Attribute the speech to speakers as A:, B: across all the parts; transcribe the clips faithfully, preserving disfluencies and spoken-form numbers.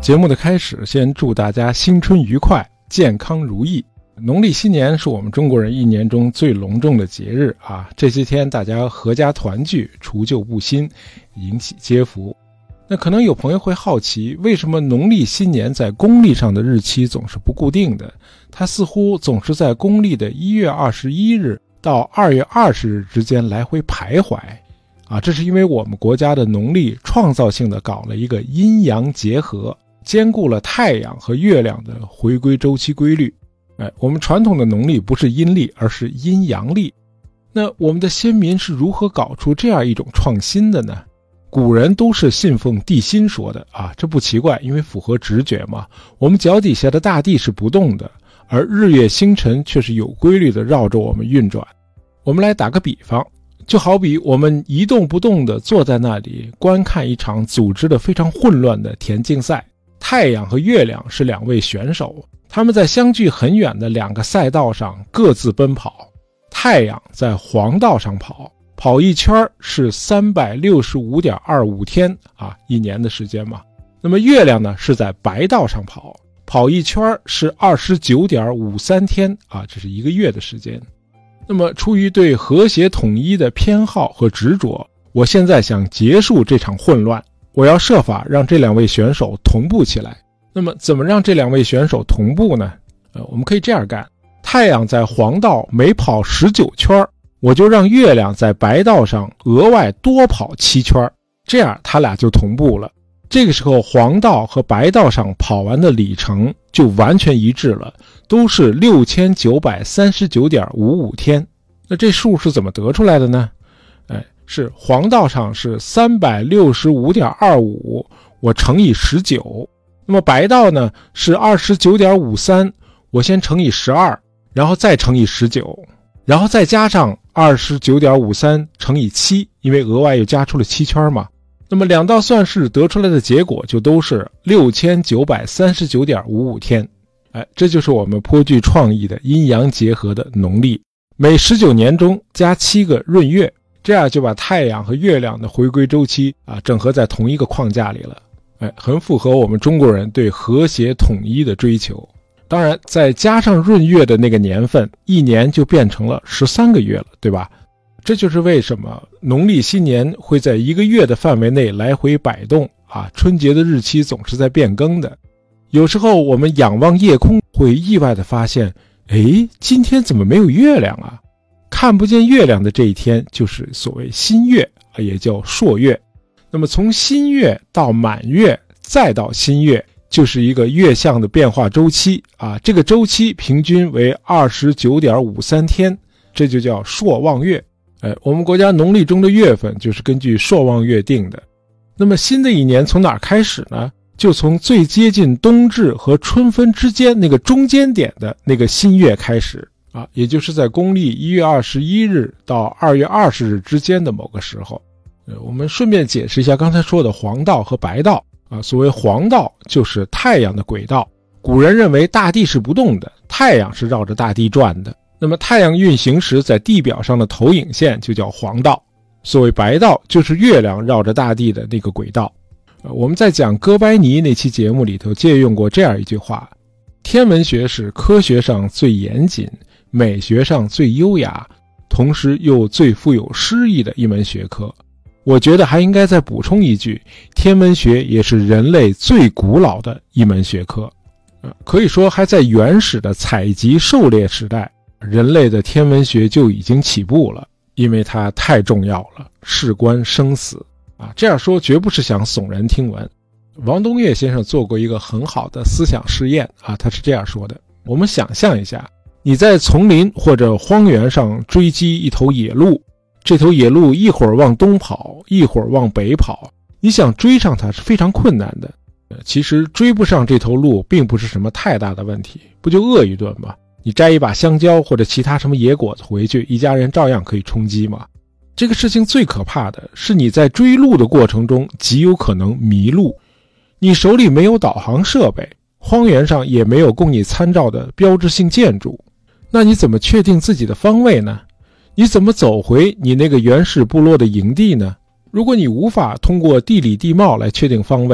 A: 节目的开始，先祝大家新春愉快，健康如意。农历新年是我们中国人一年中最隆重的节日啊！这些天大家阖家团聚，除旧布新，迎喜接福。那可能有朋友会好奇，为什么农历新年在公历上的日期总是不固定的？它似乎总是在公历的一月二十一日到二月二十日之间来回徘徊啊！这是因为我们国家的农历创造性的搞了一个阴阳结合，兼顾了太阳和月亮的回归周期规律。哎，我们传统的农历不是阴历，而是阴阳历。那我们的先民是如何搞出这样一种创新的呢？古人都是信奉地心说的啊，这不奇怪，因为符合直觉嘛。我们脚底下的大地是不动的，而日月星辰却是有规律的绕着我们运转。我们来打个比方，就好比我们一动不动地坐在那里观看一场组织的非常混乱的田径赛。太阳和月亮是两位选手，他们在相距很远的两个赛道上各自奔跑。太阳在黄道上跑，跑一圈是 三百六十五点二五 天啊，一年的时间嘛。那么月亮呢是在白道上跑，跑一圈是 二十九点五三 天啊，这是一个月的时间。那么出于对和谐统一的偏好和执着，我现在想结束这场混乱，我要设法让这两位选手同步起来。那么怎么让这两位选手同步呢？呃，我们可以这样干，太阳在黄道每跑十九圈，我就让月亮在白道上额外多跑七圈，这样他俩就同步了。这个时候黄道和白道上跑完的里程就完全一致了，都是 六千九百三十九点五五 天。那这数是怎么得出来的呢？哎，是黄道上是 三百六十五点二五， 我乘以十九。那么白道呢是 二十九点五三， 我先乘以十二，然后再乘以十九，然后再加上 二十九点五三 乘以七，因为额外又加出了七圈嘛。那么两道算式得出来的结果就都是 六千九百三十九点五五 天。哎，这就是我们颇具创意的阴阳结合的农历，每十九年中加七个闰月，这样就把太阳和月亮的回归周期啊整合在同一个框架里了。哎，很符合我们中国人对和谐统一的追求。当然再加上闰月的那个年份，一年就变成了十三个月了，对吧？这就是为什么农历新年会在一个月的范围内来回摆动啊，春节的日期总是在变更的。有时候我们仰望夜空，会意外地发现，诶，今天怎么没有月亮啊？看不见月亮的这一天就是所谓新月，也叫朔月。那么从新月到满月再到新月，就是一个月相的变化周期啊，这个周期平均为 二十九点五三 天，这就叫朔望月。哎，我们国家农历中的月份就是根据朔望月定的。那么新的一年从哪儿开始呢？就从最接近冬至和春分之间那个中间点的那个新月开始啊，也就是在公历一月二十一日到二月二十日之间的某个时候。呃，我们顺便解释一下刚才说的黄道和白道啊。所谓黄道就是太阳的轨道，古人认为大地是不动的，太阳是绕着大地转的。那么太阳运行时在地表上的投影线就叫黄道。所谓白道就是月亮绕着大地的那个轨道。呃，我们在讲哥白尼那期节目里头借用过这样一句话：天文学是科学上最严谨，美学上最优雅，同时又最富有诗意的一门学科。我觉得还应该再补充一句，天文学也是人类最古老的一门学科。呃，可以说还在原始的采集狩猎时代，人类的天文学就已经起步了，因为它太重要了，事关生死啊。这样说绝不是想耸人听闻。王东岳先生做过一个很好的思想试验啊，他是这样说的：我们想象一下，你在丛林或者荒原上追击一头野鹿，这头野鹿一会儿往东跑，一会儿往北跑，你想追上它是非常困难的。其实追不上这头鹿并不是什么太大的问题，不就饿一顿吗？你摘一把香蕉或者其他什么野果子回去，一家人照样可以充饥嘛。这个事情最可怕的是你在追鹿的过程中极有可能迷路，你手里没有导航设备，荒原上也没有供你参照的标志性建筑，那你怎么确定自己的方位呢？你怎么走回你那个原始部落的营地呢？如果你无法通过地理地貌来确定方位，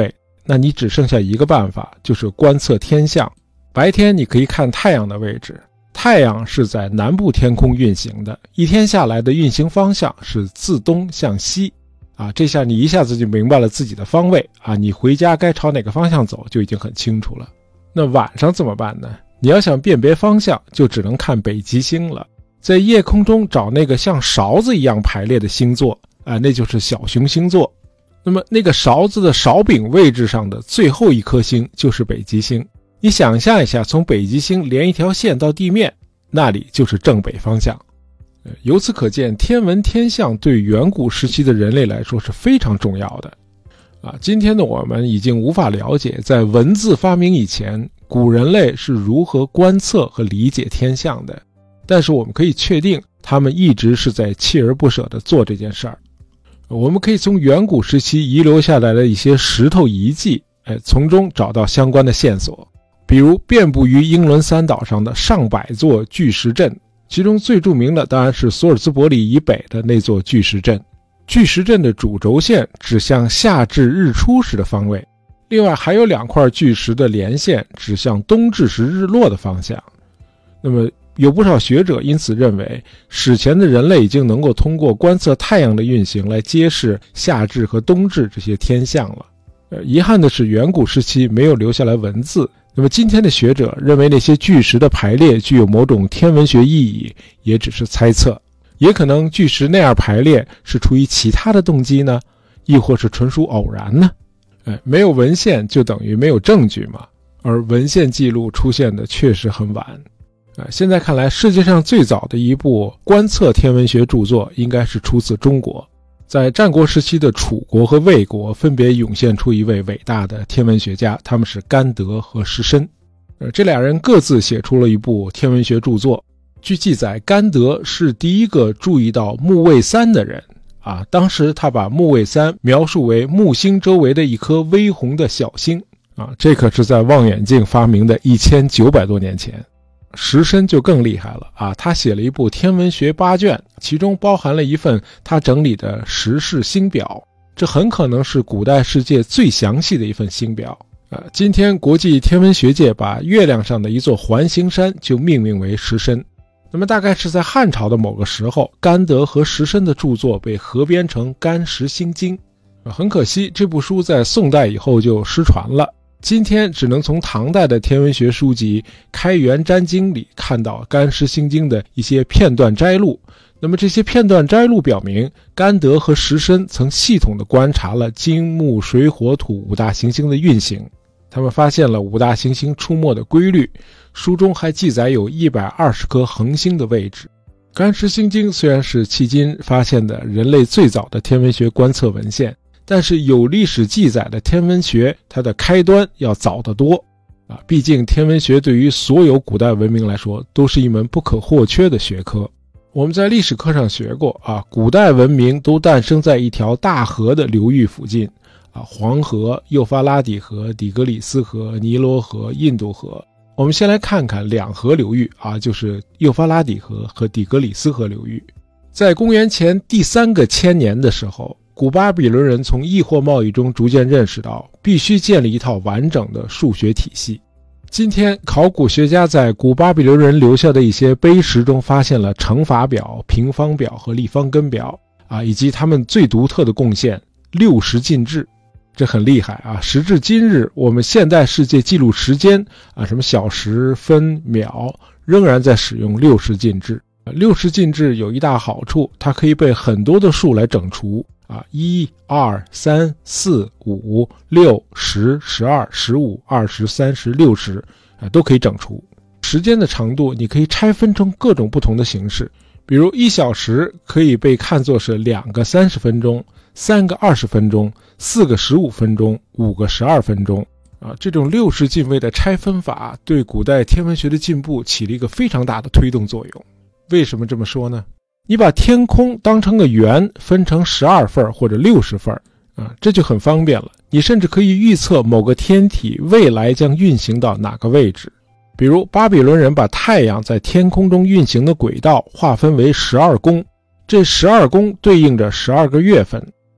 A: 那你只剩下一个办法，就是观测天象。白天你可以看太阳的位置，太阳是在南部天空运行的，一天下来的运行方向是自东向西啊，这下你一下子就明白了自己的方位啊，你回家该朝哪个方向走就已经很清楚了。那晚上怎么办呢？你要想辨别方向，就只能看北极星了。在夜空中找那个像勺子一样排列的星座啊，那就是小熊星座。那么那个勺子的勺柄位置上的最后一颗星就是北极星。你想象一下，从北极星连一条线到地面，那里就是正北方向。由此可见，天文天象对远古时期的人类来说是非常重要的啊。今天的我们已经无法了解，在文字发明以前，古人类是如何观测和理解天象的，但是我们可以确定，他们一直是在锲而不舍地做这件事儿。我们可以从远古时期遗留下来的一些石头遗迹，哎，从中找到相关的线索。比如遍布于英伦三岛上的上百座巨石阵，其中最著名的当然是索尔兹伯里以北的那座巨石阵。巨石阵的主轴线指向夏至日出时的方位，另外还有两块巨石的连线指向冬至时日落的方向。那么有不少学者因此认为，史前的人类已经能够通过观测太阳的运行来揭示夏至和冬至这些天象了。呃，遗憾的是，远古时期没有留下来文字。那么今天的学者认为那些巨石的排列具有某种天文学意义，也只是猜测。也可能巨石那样排列是出于其他的动机呢，亦或是纯属偶然呢？哎，没有文献就等于没有证据嘛，而文献记录出现的确实很晚。啊，现在看来，世界上最早的一部观测天文学著作应该是出自中国。在战国时期的楚国和魏国分别涌现出一位伟大的天文学家，他们是甘德和石申。呃，这俩人各自写出了一部天文学著作。据记载，甘德是第一个注意到木卫三的人啊，当时他把木卫三描述为木星周围的一颗微红的小星啊，这可是在望远镜发明的一千九百多年前。石申就更厉害了啊！他写了一部天文学八卷，其中包含了一份他整理的时事星表，这很可能是古代世界最详细的一份星表。呃，今天国际天文学界把月亮上的一座环形山就命名为石申。那么大概是在汉朝的某个时候，甘德和石申的著作被合编成《干石星经》。呃，很可惜，这部书在宋代以后就失传了。今天只能从唐代的天文学书籍《开元占经》里看到干石星经的一些片段摘录。那么这些片段摘录表明，甘德和石申曾系统地观察了金木水火土五大行星的运行，他们发现了五大行星出没的规律。书中还记载有一百二十颗恒星的位置。干石星经虽然是迄今发现的人类最早的天文学观测文献，但是有历史记载的天文学，它的开端要早得多啊！毕竟天文学对于所有古代文明来说，都是一门不可或缺的学科。我们在历史课上学过啊，古代文明都诞生在一条大河的流域附近啊，黄河、幼发拉底河、底格里斯河、尼罗河、印度河。我们先来看看两河流域啊，就是幼发拉底河和底格里斯河流域。在公元前第三个千年的时候，古巴比伦人从易货贸易中逐渐认识到，必须建立一套完整的数学体系。今天，考古学家在古巴比伦人留下的一些碑石中发现了乘法表、平方表和立方根表啊，以及他们最独特的贡献——六十进制。这很厉害啊！时至今日，我们现代世界记录时间啊，什么小时、分、秒，仍然在使用六十进制。六十进制有一大好处，它可以被很多的数来整除。啊，一、二、三、四、五、六、十、十二、十五、二十、三十、六十，啊，都可以整除。时间的长度，你可以拆分成各种不同的形式，比如一小时可以被看作是两个三十分钟，三个二十分钟，四个十五分钟，五个十二分钟。啊，这种六十进位的拆分法，对古代天文学的进步起了一个非常大的推动作用。为什么这么说呢？你把天空当成个圆，分成十二份或者六十份啊，这就很方便了。你甚至可以预测某个天体未来将运行到哪个位置。比如巴比伦人把太阳在天空中运行的轨道划分为十二宫，这十二宫对应着十二个月份。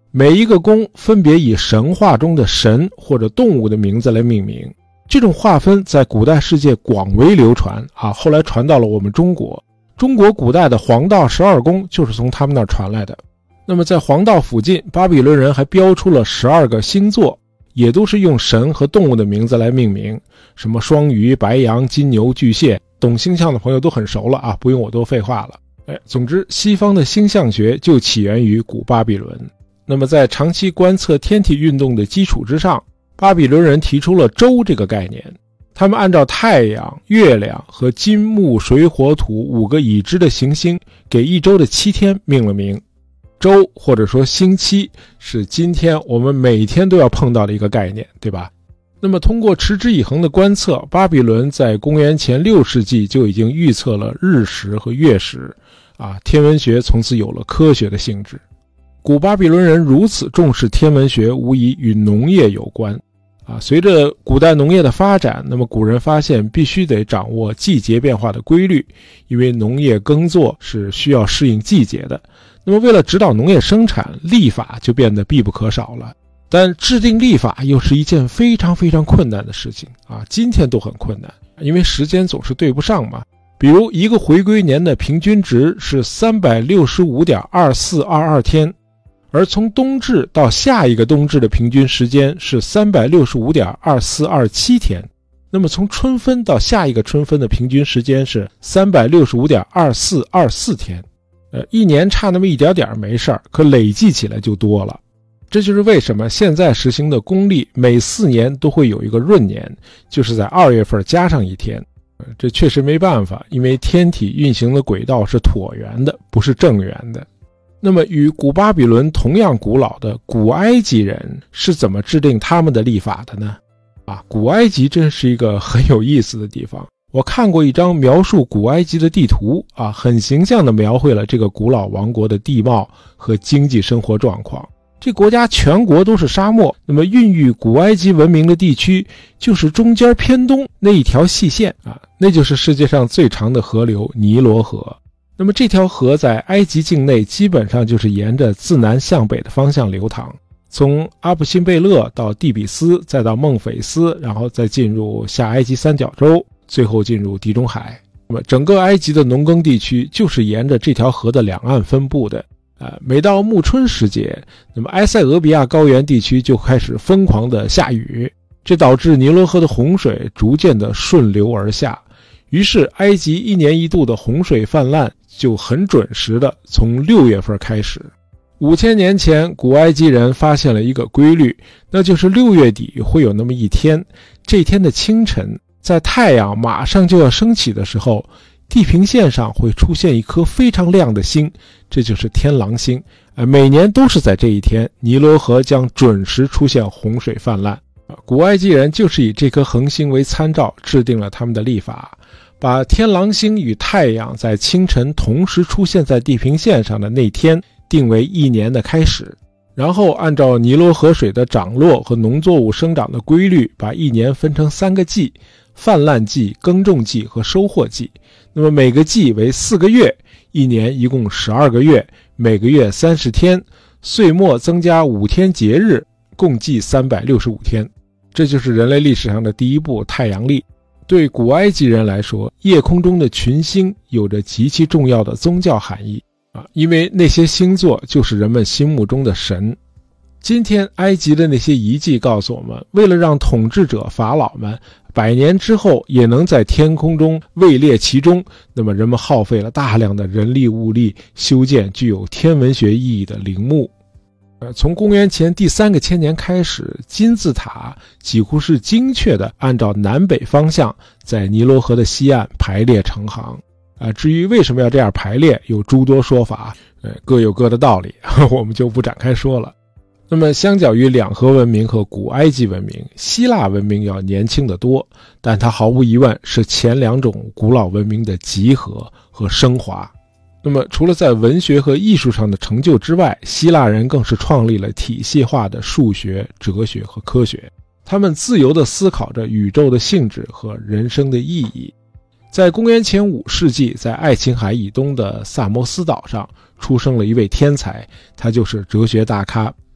A: 每一个宫分别以神话中的神或者动物的名字来命名。这种划分在古代世界广为流传啊，后来传到了我们中国。中国古代的黄道十二宫就是从他们那儿传来的。那么在黄道附近，巴比伦人还标出了十二个星座，也都是用神和动物的名字来命名，什么双鱼、白羊、金牛、巨蟹，懂星象的朋友都很熟了啊，不用我多废话了。哎，总之西方的星象学就起源于古巴比伦。那么在长期观测天体运动的基础之上，巴比伦人提出了周这个概念。他们按照太阳、月亮和金木水火土五个已知的行星，给一周的七天命了名。周或者说星期是今天我们每天都要碰到的一个概念，对吧？那么通过持之以恒的观测，巴比伦在公元前六世纪就已经预测了日食和月食啊，天文学从此有了科学的性质。古巴比伦人如此重视天文学，无疑与农业有关啊。随着古代农业的发展，那么古人发现必须得掌握季节变化的规律，因为农业耕作是需要适应季节的。那么为了指导农业生产，历法就变得必不可少了。但制定历法又是一件非常非常困难的事情啊，今天都很困难，因为时间总是对不上嘛。比如一个回归年的平均值是 三百六十五点二四二二 天，而从冬至到下一个冬至的平均时间是 三百六十五点二四二七 天。那么从春分到下一个春分的平均时间是 三百六十五点二四二四 天。呃，一年差那么一点点没事儿，可累计起来就多了。这就是为什么现在实行的公历每四年都会有一个闰年，就是在二月份加上一天。呃，这确实没办法，因为天体运行的轨道是椭圆的，不是正圆的。那么与古巴比伦同样古老的古埃及人是怎么制定他们的历法的呢？啊，古埃及真是一个很有意思的地方。我看过一张描述古埃及的地图啊，很形象地描绘了这个古老王国的地貌和经济生活状况。这国家全国都是沙漠，那么孕育古埃及文明的地区就是中间偏东那一条细线啊，那就是世界上最长的河流尼罗河。那么这条河在埃及境内基本上就是沿着自南向北的方向流淌，从阿布辛贝勒到蒂比斯，再到孟菲斯，然后再进入下埃及三角洲，最后进入地中海。那么整个埃及的农耕地区就是沿着这条河的两岸分布的。呃，每到暮春时节，那么埃塞俄比亚高原地区就开始疯狂的下雨，这导致尼罗河的洪水逐渐的顺流而下。于是埃及一年一度的洪水泛滥就很准时的从六月份开始。五千年前，古埃及人发现了一个规律，那就是六月底会有那么一天，这天的清晨，在太阳马上就要升起的时候，地平线上会出现一颗非常亮的星，这就是天狼星。呃，每年都是在这一天，尼罗河将准时出现洪水泛滥。古埃及人就是以这颗恒星为参照，制定了他们的历法，把天狼星与太阳在清晨同时出现在地平线上的那天定为一年的开始，然后按照尼罗河水的涨落和农作物生长的规律，把一年分成三个季：泛滥季、耕种季和收获季。那么每个季为四个月，一年一共十二个月，每个月三十天，岁末增加五天节日，共计三百六十五天。这就是人类历史上的第一部太阳历。对古埃及人来说，夜空中的群星有着极其重要的宗教含义啊，因为那些星座就是人们心目中的神。今天埃及的那些遗迹告诉我们，为了让统治者法老们百年之后也能在天空中位列其中，那么人们耗费了大量的人力物力修建具有天文学意义的陵墓。呃，从公元前第三个千年开始，金字塔几乎是精确的按照南北方向在尼罗河的西岸排列成行。啊，至于为什么要这样排列，有诸多说法，呃，各有各的道理，我们就不展开说了。那么相较于两河文明和古埃及文明，希腊文明要年轻得多，但它毫无疑问是前两种古老文明的集合和升华。那么除了在文学和艺术上的成就之外，希腊人更是创立了体系化的数学、哲学和科学。他们自由地思考着宇宙的性质和人生的意义。在公元前五世纪，在爱琴海以东的萨摩斯岛上出生了一位天才，他就是哲学大咖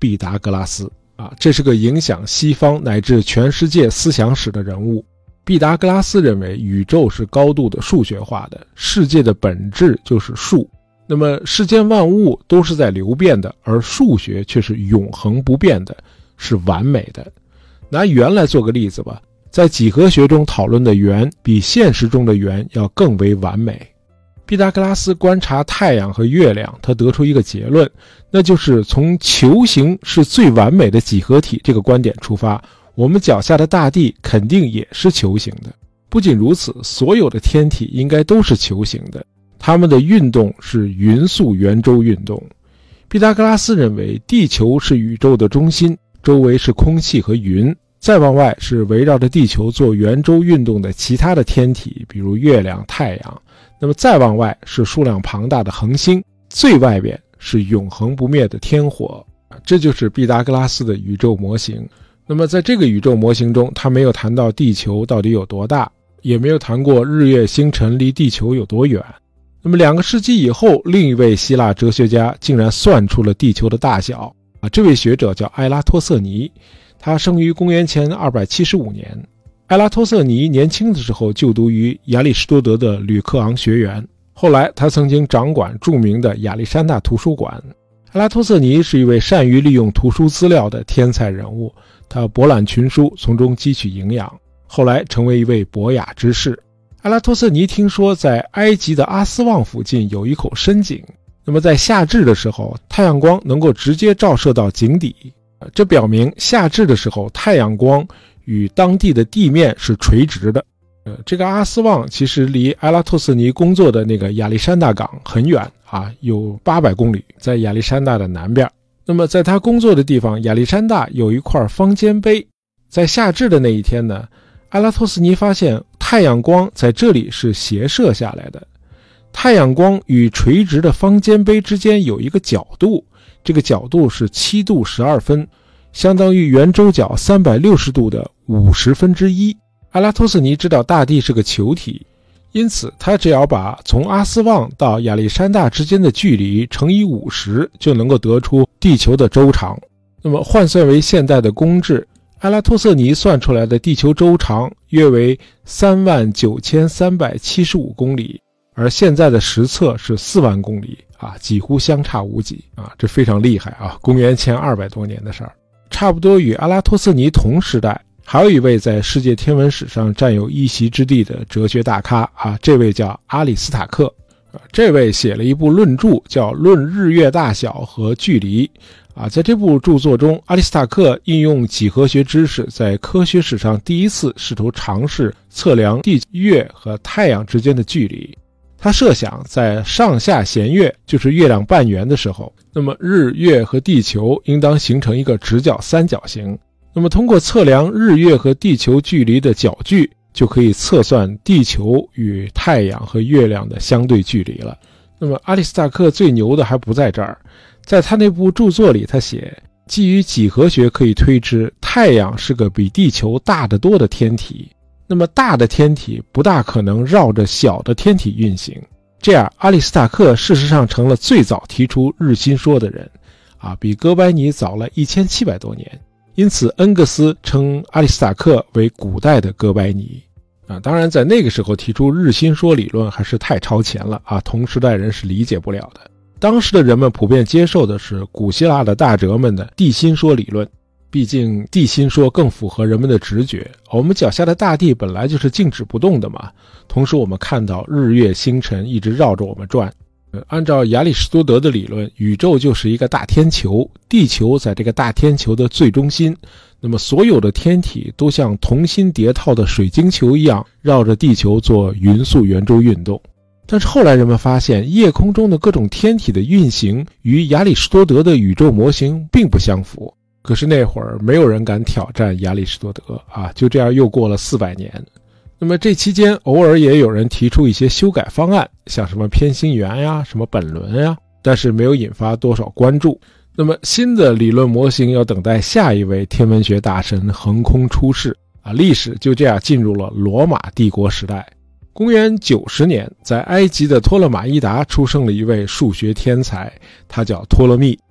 A: 毕达哥拉斯啊，这是个影响西方乃至全世界思想史的人物。毕达哥拉斯认为宇宙是高度的数学化的，世界的本质就是数，那么世间万物都是在流变的，而数学却是永恒不变的，是完美的。拿圆来做个例子吧，在几何学中讨论的圆比现实中的圆要更为完美。毕达哥拉斯观察太阳和月亮，他得出一个结论，那就是从球形是最完美的几何体这个观点出发，我们脚下的大地肯定也是球形的。不仅如此，所有的天体应该都是球形的，它们的运动是匀速圆周运动。毕达哥拉斯认为地球是宇宙的中心，周围是空气和云，再往外是围绕着地球做圆周运动的其他的天体，比如月亮、太阳，那么再往外是数量庞大的恒星，最外边是永恒不灭的天火。这就是毕达哥拉斯的宇宙模型。那么在这个宇宙模型中，他没有谈到地球到底有多大，也没有谈过日月星辰离地球有多远。那么两个世纪以后，另一位希腊哲学家竟然算出了地球的大小啊！这位学者叫埃拉托瑟尼，他生于公元前二百七十五年。埃拉托瑟尼年轻的时候就读于亚里士多德的吕克昂学园，后来他曾经掌管著名的亚历山大图书馆。埃拉托瑟尼是一位善于利用图书资料的天才人物，他博览群书，从中汲取营养，后来成为一位博雅之士。埃拉托瑟尼听说在埃及的阿斯旺附近有一口深井，那么在夏至的时候，太阳光能够直接照射到井底，这表明夏至的时候太阳光与当地的地面是垂直的。呃，这个阿斯旺其实离埃拉托瑟尼工作的那个亚历山大港很远啊，有八百公里，在亚历山大的南边。那么在他工作的地方亚历山大有一块方尖碑，在夏至的那一天呢，埃拉托斯尼发现太阳光在这里是斜射下来的，太阳光与垂直的方尖碑之间有一个角度，这个角度是七度十二分，相当于圆周角三百六十度的五十分之一。埃拉托斯尼知道大地是个球体，因此他只要把从阿斯旺到亚历山大之间的距离乘以五十，就能够得出地球的周长。那么换算为现代的公制，埃拉托瑟尼算出来的地球周长约为三万九千三百七十五公里，而现在的实测是四万公里啊，几乎相差无几啊，这非常厉害啊！公元前二百多年的事儿，差不多与阿拉托瑟尼同时代。还有一位在世界天文史上占有一席之地的哲学大咖啊，这位叫阿里斯塔克。这位写了一部论著叫《论日月大小和距离》啊，在这部著作中，阿里斯塔克应用几何学知识，在科学史上第一次试图尝试测量地月和太阳之间的距离。他设想在上下弦月，就是月亮半圆的时候，那么日月和地球应当形成一个直角三角形。那么通过测量日月和地球距离的角距，就可以测算地球与太阳和月亮的相对距离了。那么阿里斯塔克最牛的还不在这儿，在他那部著作里他写，基于几何学可以推知太阳是个比地球大得多的天体，那么大的天体不大可能绕着小的天体运行，这样阿里斯塔克事实上成了最早提出日心说的人啊，比哥白尼早了一千七百多年。因此恩格斯称阿里斯塔克为古代的哥白尼啊，当然在那个时候提出日心说理论还是太超前了啊，同时代人是理解不了的。当时的人们普遍接受的是古希腊的大哲们的地心说理论，毕竟地心说更符合人们的直觉，我们脚下的大地本来就是静止不动的嘛，同时我们看到日月星辰一直绕着我们转。按照亚里士多德的理论，宇宙就是一个大天球，地球在这个大天球的最中心，那么所有的天体都像同心叠套的水晶球一样绕着地球做匀速圆周运动。但是后来人们发现，夜空中的各种天体的运行与亚里士多德的宇宙模型并不相符，可是那会儿没有人敢挑战亚里士多德啊，就这样又过了四百年。那么这期间偶尔也有人提出一些修改方案，像什么偏心圆呀，什么本轮呀，但是没有引发多少关注。那么新的理论模型要等待下一位天文学大神横空出世啊，历史就这样进入了罗马帝国时代。公元九十年，在埃及的托勒马伊达出生了一位数学天才，他叫托勒密啊。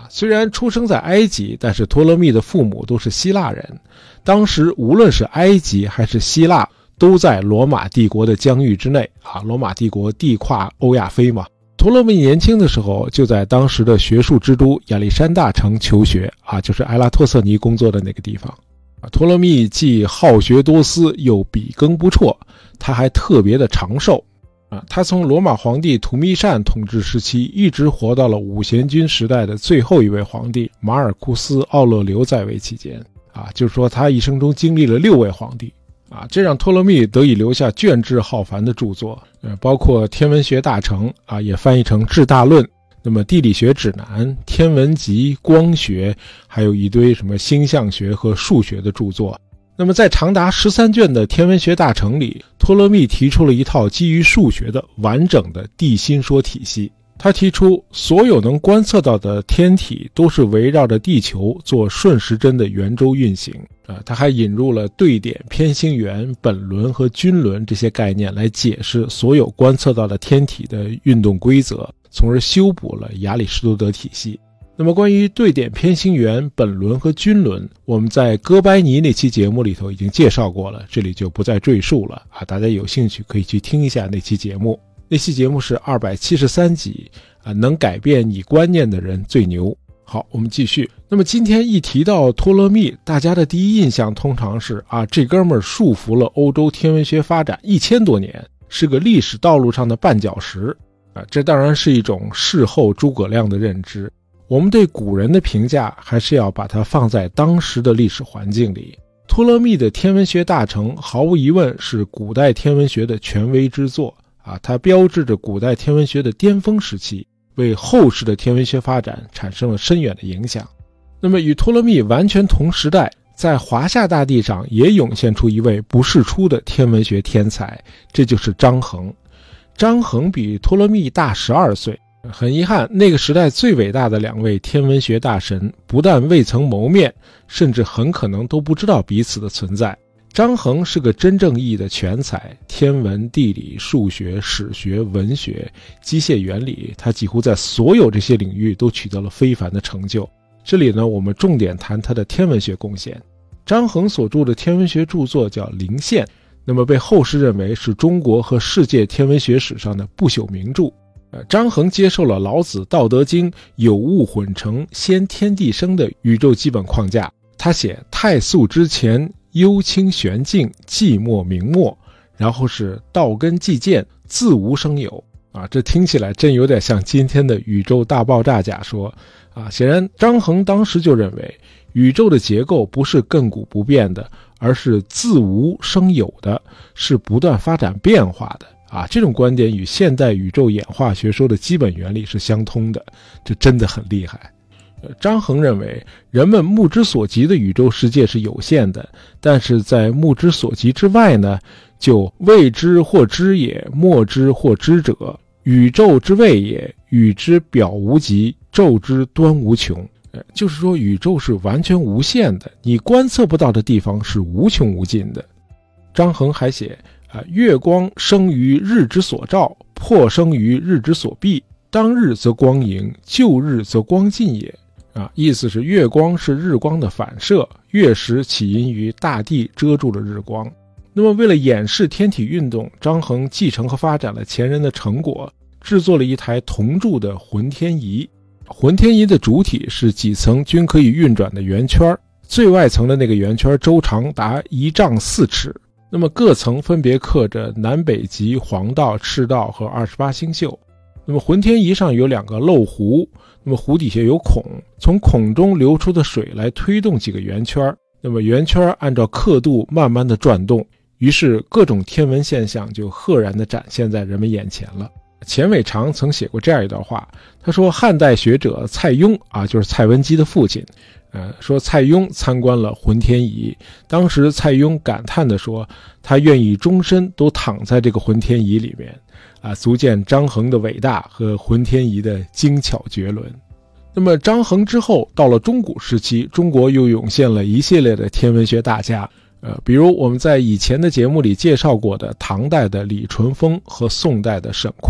A: 虽然出生在埃及，但是托勒密的父母都是希腊人。当时无论是埃及还是希腊，都在罗马帝国的疆域之内啊。罗马帝国地跨欧亚非嘛。托勒密年轻的时候就在当时的学术之都亚历山大城求学啊，就是埃拉托瑟尼工作的那个地方。啊，托勒密既好学多思，又笔耕不辍，他还特别的长寿。啊，他从罗马皇帝图密善统治时期一直活到了五贤君时代的最后一位皇帝马尔库斯·奥勒留在位期间。啊，就是说他一生中经历了六位皇帝。啊，这让托勒密得以留下卷帙浩繁的著作，呃，包括《天文学大成》啊，也翻译成《治大论》。那么《地理学指南》、《天文集》、光学，还有一堆什么星象学和数学的著作。那么在长达十三卷的《天文学大成》里，托勒密提出了一套基于数学的完整的地心说体系。他提出所有能观测到的天体都是围绕着地球做顺时针的圆周运行。啊，他还引入了对点、偏心圆、本轮和均轮这些概念来解释所有观测到的天体的运动规则，从而修补了亚里士多德体系。那么关于对点、偏心圆、本轮和均轮，我们在哥白尼那期节目里头已经介绍过了，这里就不再赘述了啊。大家有兴趣可以去听一下那期节目，那期节目是二百七十三集啊，能改变你观念的人最牛。好，我们继续。那么今天一提到托勒密，大家的第一印象通常是啊，这哥们儿束缚了欧洲天文学发展一千多年，是个历史道路上的绊脚石啊。这当然是一种事后诸葛亮的认知。我们对古人的评价还是要把它放在当时的历史环境里。托勒密的《天文学大成》毫无疑问是古代天文学的权威之作啊，它标志着古代天文学的巅峰时期，为后世的天文学发展产生了深远的影响。那么与托勒密完全同时代，在华夏大地上也涌现出一位不世出的天文学天才，这就是张衡。张衡比托勒密大十二岁，很遗憾，那个时代最伟大的两位天文学大神不但未曾谋面，甚至很可能都不知道彼此的存在。张衡是个真正意义的全才，天文、地理、数学、史学、文学、机械原理，他几乎在所有这些领域都取得了非凡的成就。这里呢，我们重点谈他的天文学贡献。张衡所著的天文学著作叫《灵现》，那么被后世认为是中国和世界天文学史上的不朽名著。呃，张衡接受了老子《道德经》有物混成，先天地生的宇宙基本框架。他写太素之前，幽清玄静，寂寞明默，然后是道根寂渐，自无生有啊，这听起来真有点像今天的宇宙大爆炸假说啊。显然张衡当时就认为宇宙的结构不是亘古不变的，而是自无生有的，是不断发展变化的啊。这种观点与现代宇宙演化学说的基本原理是相通的，这真的很厉害。张衡认为人们目之所及的宇宙世界是有限的，但是在目之所及之外呢，就未知或知也，莫知或知者，宇宙之谓也，宇之表无极，宙之端无穷。呃，就是说宇宙是完全无限的，你观测不到的地方是无穷无尽的。张衡还写啊，月光生于日之所照，破生于日之所蔽，当日则光盈，就日则光尽也。啊，意思是月光是日光的反射，月食起因于大地遮住了日光。那么为了演示天体运动，张衡继承和发展了前人的成果，制作了一台铜铸的浑天仪。浑天仪的主体是几层均可以运转的圆圈，最外层的那个圆圈周长达一丈四尺，那么各层分别刻着南北极、黄道、赤道和二十八星宿。那么浑天仪上有两个漏壶，那么壶底下有孔，从孔中流出的水来推动几个圆圈，那么圆圈按照刻度慢慢的转动，于是各种天文现象就赫然地展现在人们眼前了。钱伟长曾写过这样一段话，他说汉代学者蔡邕啊，就是蔡文姬的父亲，呃，说蔡邕参观了浑天仪，当时蔡邕感叹地说，他愿意终身都躺在这个浑天仪里面啊，足见张衡的伟大和浑天仪的精巧绝伦。那么张衡之后，到了中古时期，中国又涌现了一系列的天文学大家，呃，比如我们在以前的节目里介绍过的唐代的李淳风和宋代的沈括。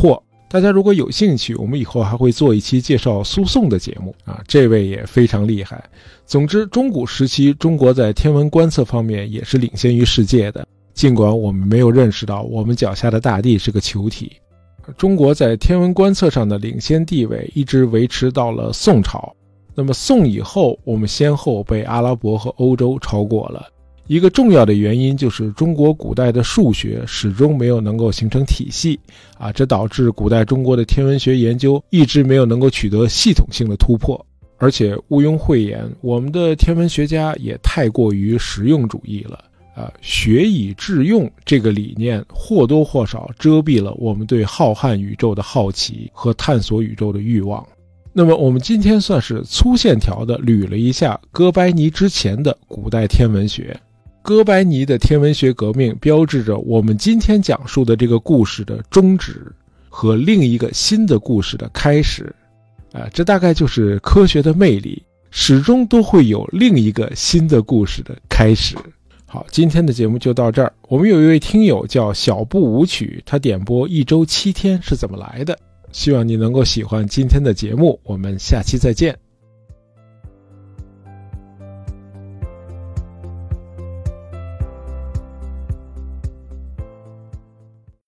A: 大家如果有兴趣，我们以后还会做一期介绍苏颂的节目啊，这位也非常厉害。总之，中古时期中国在天文观测方面也是领先于世界的，尽管我们没有认识到我们脚下的大地是个球体。中国在天文观测上的领先地位一直维持到了宋朝。那么宋以后，我们先后被阿拉伯和欧洲超过了。一个重要的原因就是中国古代的数学始终没有能够形成体系啊，这导致古代中国的天文学研究一直没有能够取得系统性的突破。而且毋庸讳言，我们的天文学家也太过于实用主义了啊，学以致用这个理念或多或少遮蔽了我们对浩瀚宇宙的好奇和探索宇宙的欲望。那么我们今天算是粗线条的捋了一下哥白尼之前的古代天文学。哥白尼的天文学革命标志着我们今天讲述的这个故事的终止和另一个新的故事的开始。啊，这大概就是科学的魅力，始终都会有另一个新的故事的开始。好，今天的节目就到这儿。我们有一位听友叫小步舞曲，他点播一周七天是怎么来的，希望你能够喜欢今天的节目，我们下期再见。